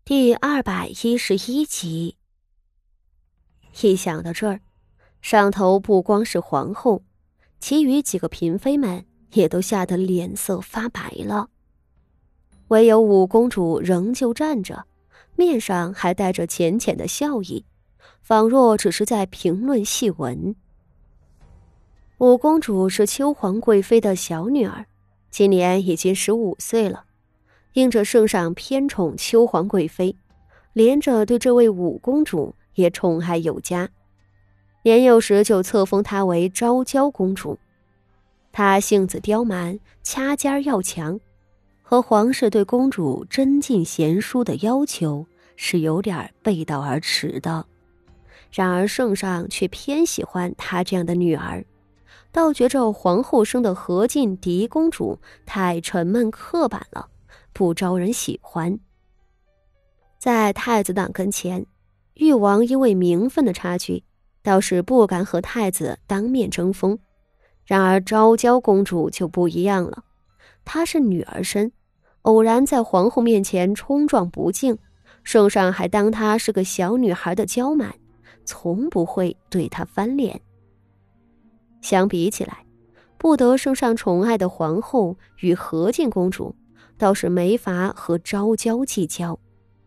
第211集。一想到这儿，上头不光是皇后，其余几个嫔妃们也都吓得脸色发白了。唯有五公主仍旧站着，面上还带着浅浅的笑意，仿若只是在评论细文。五公主是秋皇贵妃的小女儿，今年已经15岁了。因着圣上偏宠秋皇贵妃，连着对这位五公主也宠爱有加，年幼时就册封她为昭娇公主。她性子刁蛮，掐尖要强，和皇室对公主真进贤淑的要求是有点背道而驰的。然而圣上却偏喜欢她这样的女儿，倒觉着皇后生的何进嫡公主太沉闷刻板了，不招人喜欢。在太子党跟前，誉王因为名分的差距，倒是不敢和太子当面争锋。然而昭娇公主就不一样了，她是女儿身，偶然在皇后面前冲撞不敬，圣上还当她是个小女孩的娇蛮，从不会对她翻脸。相比起来，不得圣上宠爱的皇后与何进公主倒是没法和昭娇计较。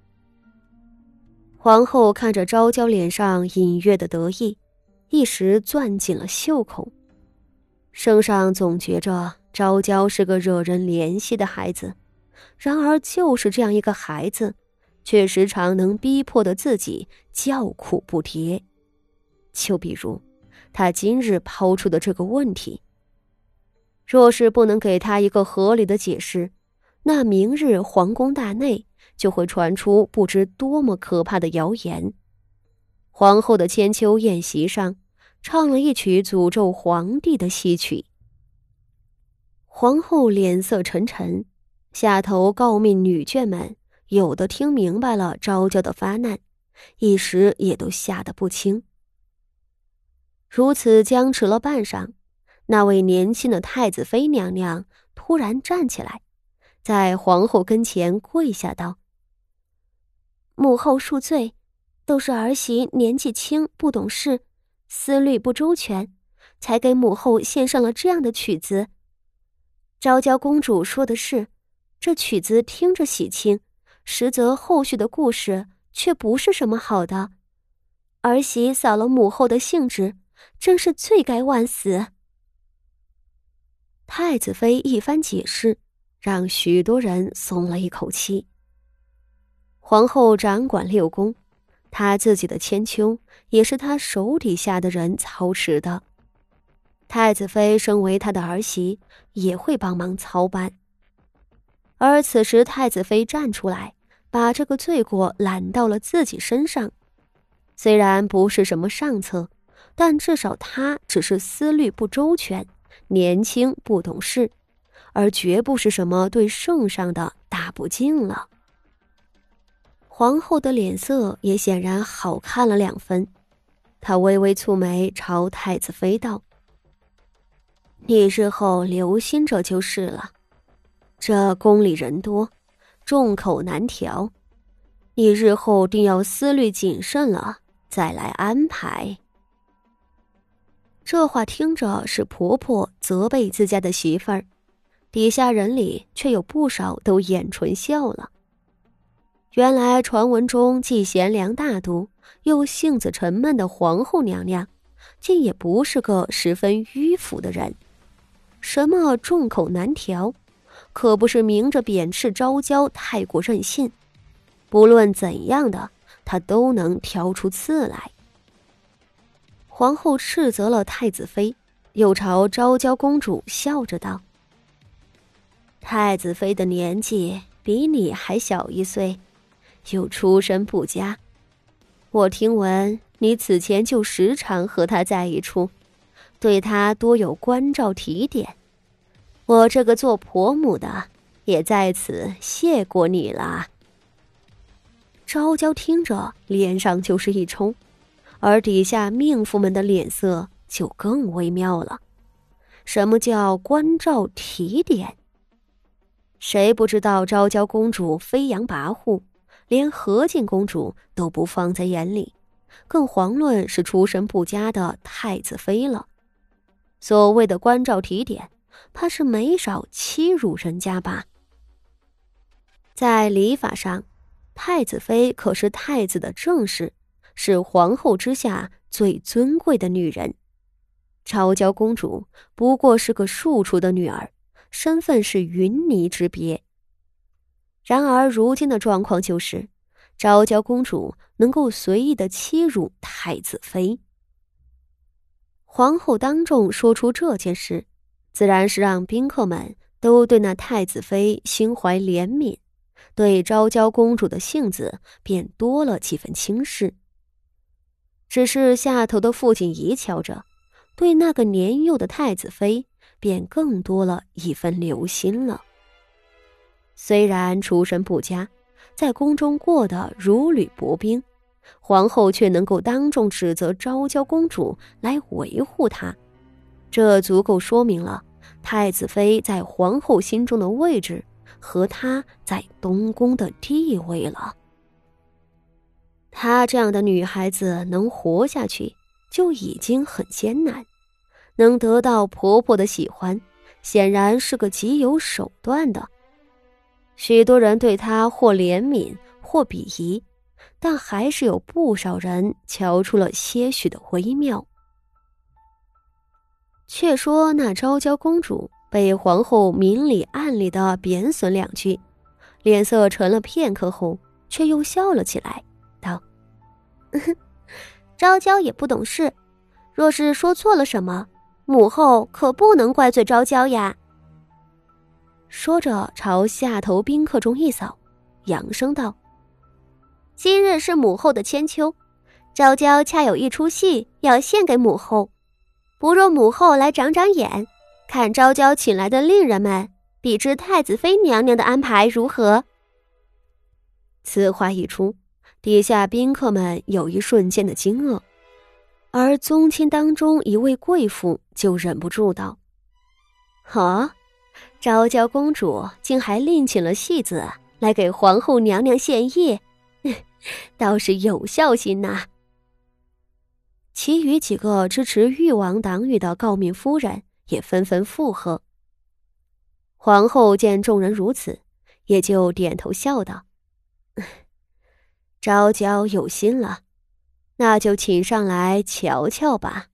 皇后看着昭娇脸上隐约的得意，一时攥紧了袖口。圣上总觉着昭娇是个惹人怜惜的孩子，然而就是这样一个孩子，却时常能逼迫的自己叫苦不迭。就比如他今日抛出的这个问题，若是不能给他一个合理的解释，那明日皇宫大内就会传出不知多么可怕的谣言。皇后的千秋宴席上唱了一曲诅咒皇帝的戏曲。皇后脸色沉沉，下头诰命女眷们有的听明白了昭娇的发难，一时也都吓得不轻。如此僵持了半晌，那位年轻的太子妃娘娘突然站起来，在皇后跟前跪下道：“母后恕罪，都是儿媳年纪轻不懂事，思虑不周全，才给母后献上了这样的曲子。昭娇公主说的是，这曲子听着喜庆，实则后续的故事却不是什么好的。儿媳扫了母后的兴致，真是罪该万死。”太子妃一番解释，让许多人松了一口气。皇后掌管6宫，她自己的千秋也是她手底下的人操持的。太子妃身为她的儿媳，也会帮忙操办。而此时太子妃站出来，把这个罪过揽到了自己身上。虽然不是什么上策，但至少她只是思虑不周全，年轻不懂事，而绝不是什么对圣上的大不敬了。皇后的脸色也显然好看了2分，她微微蹙眉，朝太子妃道：“你日后留心着就是了。这宫里人多，众口难调，你日后定要思虑谨慎了，再来安排。”这话听着是婆婆责备自家的媳妇儿，底下人里却有不少都掩唇笑了。原来传闻中既贤良大度又性子沉闷的皇后娘娘，竟也不是个十分迂腐的人。什么众口难调，可不是明着贬斥昭娇太过任性，不论怎样的，她都能挑出刺来。皇后斥责了太子妃，又朝昭娇公主笑着道：“太子妃的年纪比你还小1岁，又出身不佳，我听闻你此前就时常和她在一处，对她多有关照提点。我这个做婆母的也在此谢过你了。”昭娇听着脸上就是一冲，而底下命妇们的脸色就更微妙了。什么叫关照提点？谁不知道昭娇公主飞扬跋扈， 连何进公主都不放在眼里，更遑论是出身不佳的太子妃了。所谓的关照提点，怕是没少欺辱人家吧。在礼法上，太子妃可是太子的正室，是皇后之下最尊贵的女人。昭娇公主不过是个庶出的女儿，身份是云泥之别。然而如今的状况就是，昭娇公主能够随意的欺辱太子妃。皇后当众说出这件事，自然是让宾客们都对那太子妃心怀怜悯，对昭娇公主的性子便多了几分轻视。只是下头的傅锦仪瞧着，对那个年幼的太子妃便更多了一分留心了。虽然出身不佳，在宫中过得如履薄冰，皇后却能够当众指责昭娇公主来维护她，这足够说明了太子妃在皇后心中的位置和她在东宫的地位了。她这样的女孩子能活下去就已经很艰难，能得到婆婆的喜欢，显然是个极有手段的。许多人对她或怜悯或鄙夷，但还是有不少人瞧出了些许的微妙。却说那昭娇公主被皇后明里暗里的贬损两句，脸色沉了片刻后，却又笑了起来，道： 昭娇也不懂事，若是说错了什么，母后可不能怪罪昭娇呀。 说着朝下头宾客中一扫，扬声道： 今日是母后的千秋，昭娇恰有一出戏要献给母后，不若母后来长长眼，看昭娇请来的令人们比之太子妃娘娘的安排如何？ 此话一出，底下宾客们有一瞬间的惊愕，而宗亲当中一位贵妇就忍不住道：昭娇公主竟还另请了戏子来给皇后娘娘献艺，倒是有孝心呐。其余几个支持誉王党羽的诰命夫人也纷纷附和。皇后见众人如此，也就点头笑道：昭娇有心了，那就请上来瞧瞧吧。